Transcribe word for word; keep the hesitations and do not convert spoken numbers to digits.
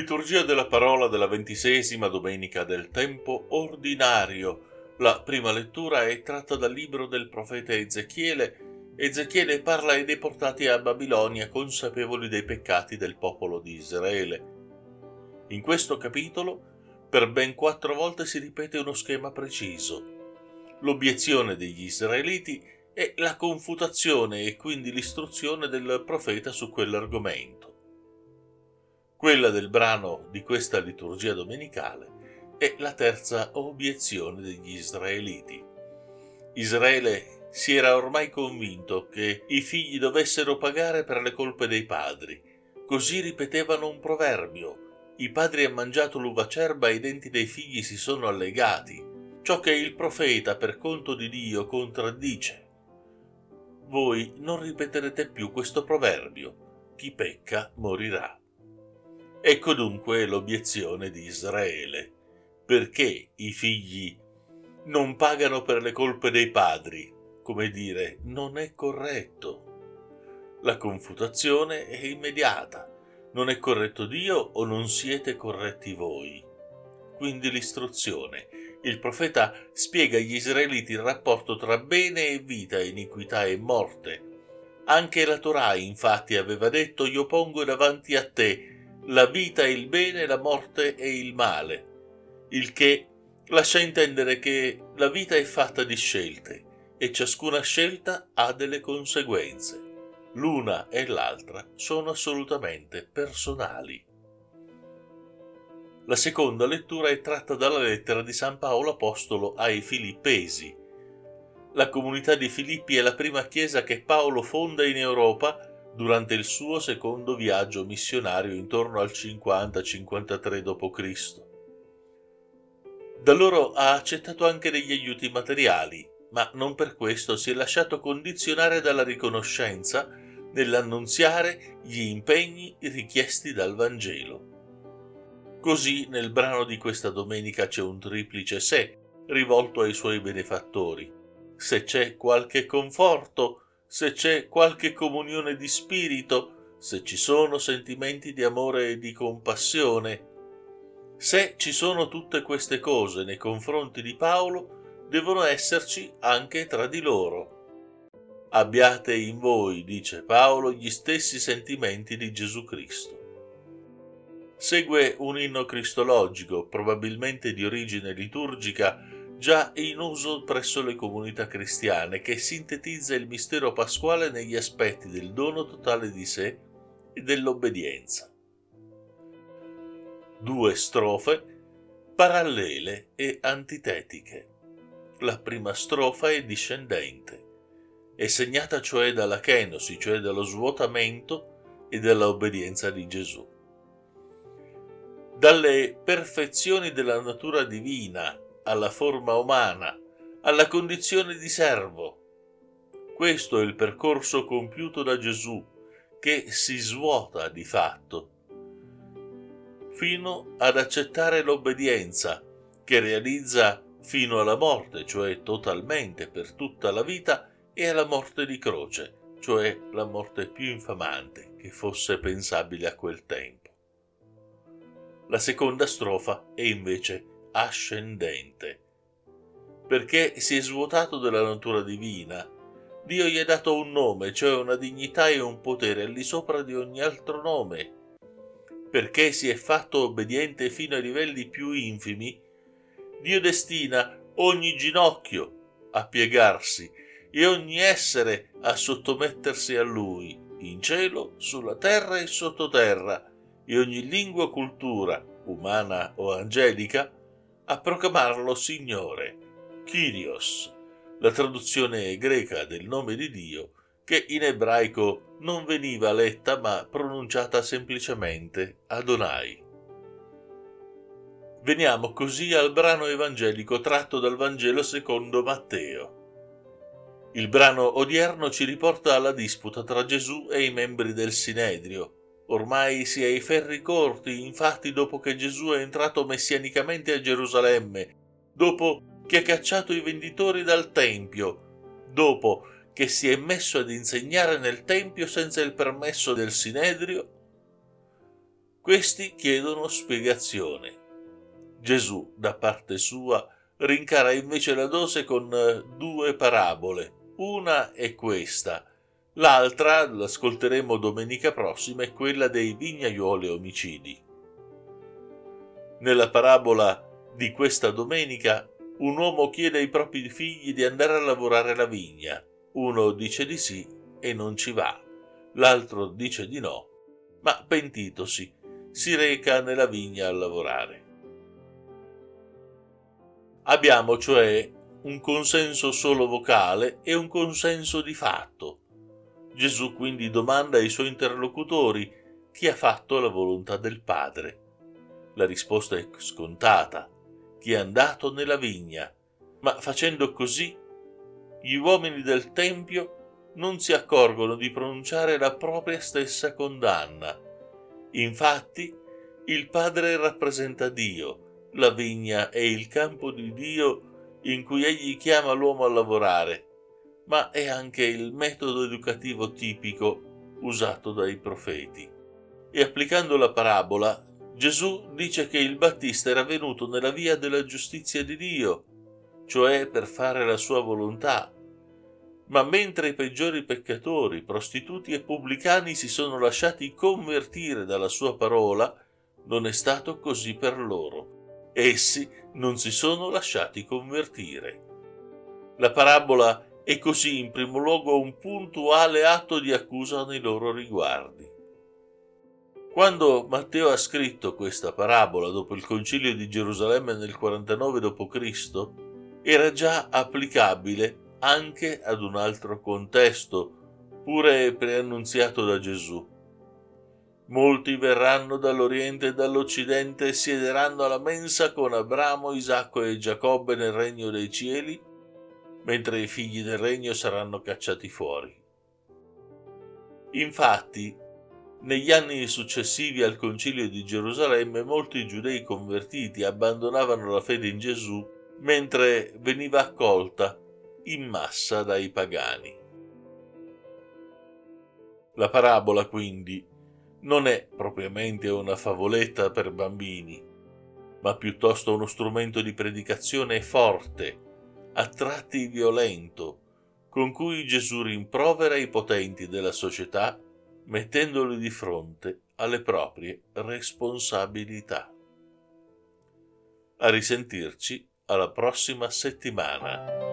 Liturgia della parola della ventisesima domenica del tempo ordinario. La prima lettura è tratta dal libro del profeta Ezechiele. Ezechiele parla ai deportati a Babilonia consapevoli dei peccati del popolo di Israele. In questo capitolo per ben quattro volte si ripete uno schema preciso: l'obiezione degli israeliti e la confutazione e quindi l'istruzione del profeta su quell'argomento. Quella del brano di questa liturgia domenicale è la terza obiezione degli israeliti. Israele si era ormai convinto che i figli dovessero pagare per le colpe dei padri. Così ripetevano un proverbio: i padri hanno mangiato l'uva acerba e i denti dei figli si sono allegati. Ciò che il profeta per conto di Dio contraddice. Voi non ripeterete più questo proverbio: chi pecca morirà. Ecco dunque l'obiezione di Israele. Perché i figli non pagano per le colpe dei padri? Come dire, non è corretto. La confutazione è immediata. Non è corretto Dio o non siete corretti voi? Quindi l'istruzione. Il profeta spiega agli israeliti il rapporto tra bene e vita, iniquità e morte. Anche la Torah infatti aveva detto: io pongo davanti a te la vita e il bene, la morte e il male, il che lascia intendere che la vita è fatta di scelte e ciascuna scelta ha delle conseguenze. L'una e l'altra sono assolutamente personali. La seconda lettura è tratta dalla lettera di San Paolo Apostolo ai Filippesi. La comunità di Filippi è la prima chiesa che Paolo fonda in Europa durante il suo secondo viaggio missionario intorno al cinquanta cinquantatré dopo Cristo. Da loro ha accettato anche degli aiuti materiali, ma non per questo si è lasciato condizionare dalla riconoscenza nell'annunziare gli impegni richiesti dal Vangelo. Così nel brano di questa domenica c'è un triplice se rivolto ai suoi benefattori. Se c'è qualche conforto, se c'è qualche comunione di spirito, se ci sono sentimenti di amore e di compassione. Se ci sono tutte queste cose nei confronti di Paolo, devono esserci anche tra di loro. Abbiate in voi, dice Paolo, gli stessi sentimenti di Gesù Cristo. Segue un inno cristologico, probabilmente di origine liturgica, già in uso presso le comunità cristiane, che sintetizza il mistero pasquale negli aspetti del dono totale di sé e dell'obbedienza. Due strofe parallele e antitetiche. La prima strofa è discendente, è segnata cioè dalla kenosi, cioè dallo svuotamento e dall'obbedienza di Gesù. Dalle perfezioni della natura divina alla forma umana, alla condizione di servo. Questo è il percorso compiuto da Gesù, che si svuota di fatto, fino ad accettare l'obbedienza, che realizza fino alla morte, cioè totalmente per tutta la vita, e alla morte di croce, cioè la morte più infamante che fosse pensabile a quel tempo. La seconda strofa è invece ascendente. Perché si è svuotato della natura divina, Dio gli ha dato un nome, cioè una dignità e un potere al di sopra di ogni altro nome. Perché si è fatto obbediente fino ai livelli più infimi, Dio destina ogni ginocchio a piegarsi e ogni essere a sottomettersi a Lui, in cielo, sulla terra e sottoterra, e ogni lingua cultura, umana o angelica, a proclamarlo Signore, Kyrios, la traduzione greca del nome di Dio, che in ebraico non veniva letta ma pronunciata semplicemente Adonai. Veniamo così al brano evangelico tratto dal Vangelo secondo Matteo. Il brano odierno ci riporta alla disputa tra Gesù e i membri del Sinedrio. Ormai si è ai ferri corti, infatti, dopo che Gesù è entrato messianicamente a Gerusalemme, dopo che ha cacciato i venditori dal Tempio, dopo che si è messo ad insegnare nel Tempio senza il permesso del Sinedrio, Questi chiedono spiegazione. Gesù, da parte sua, rincara invece la dose con due parabole. Una è questa, l'altra, l'ascolteremo domenica prossima, è quella dei vignaioli omicidi. Nella parabola di questa domenica, un uomo chiede ai propri figli di andare a lavorare la vigna. Uno dice di sì e non ci va, l'altro dice di no, ma pentitosi si reca nella vigna a lavorare. Abbiamo cioè un consenso solo vocale e un consenso di fatto. Gesù quindi domanda ai suoi interlocutori chi ha fatto la volontà del Padre. La risposta è scontata: chi è andato nella vigna. Ma facendo così, gli uomini del Tempio non si accorgono di pronunciare la propria stessa condanna. Infatti, il Padre rappresenta Dio, la vigna è il campo di Dio in cui egli chiama l'uomo a lavorare, ma è anche il metodo educativo tipico usato dai profeti. E applicando la parabola, Gesù dice che il Battista era venuto nella via della giustizia di Dio, cioè per fare la sua volontà. Ma mentre i peggiori peccatori, prostituti e pubblicani si sono lasciati convertire dalla sua parola, non è stato così per loro. Essi non si sono lasciati convertire. La parabola è così in primo luogo un puntuale atto di accusa nei loro riguardi. Quando Matteo ha scritto questa parabola dopo il concilio di Gerusalemme nel quarantanove dopo Cristo, era già applicabile anche ad un altro contesto, pure preannunziato da Gesù. Molti verranno dall'Oriente e dall'Occidente e siederanno alla mensa con Abramo, Isacco e Giacobbe nel regno dei cieli, mentre i figli del regno saranno cacciati fuori. Infatti, negli anni successivi al concilio di Gerusalemme, molti giudei convertiti abbandonavano la fede in Gesù mentre veniva accolta in massa dai pagani. La parabola, quindi, non è propriamente una favoletta per bambini, ma piuttosto uno strumento di predicazione forte, a tratti violento, con cui Gesù rimprovera i potenti della società, mettendoli di fronte alle proprie responsabilità. A risentirci alla prossima settimana.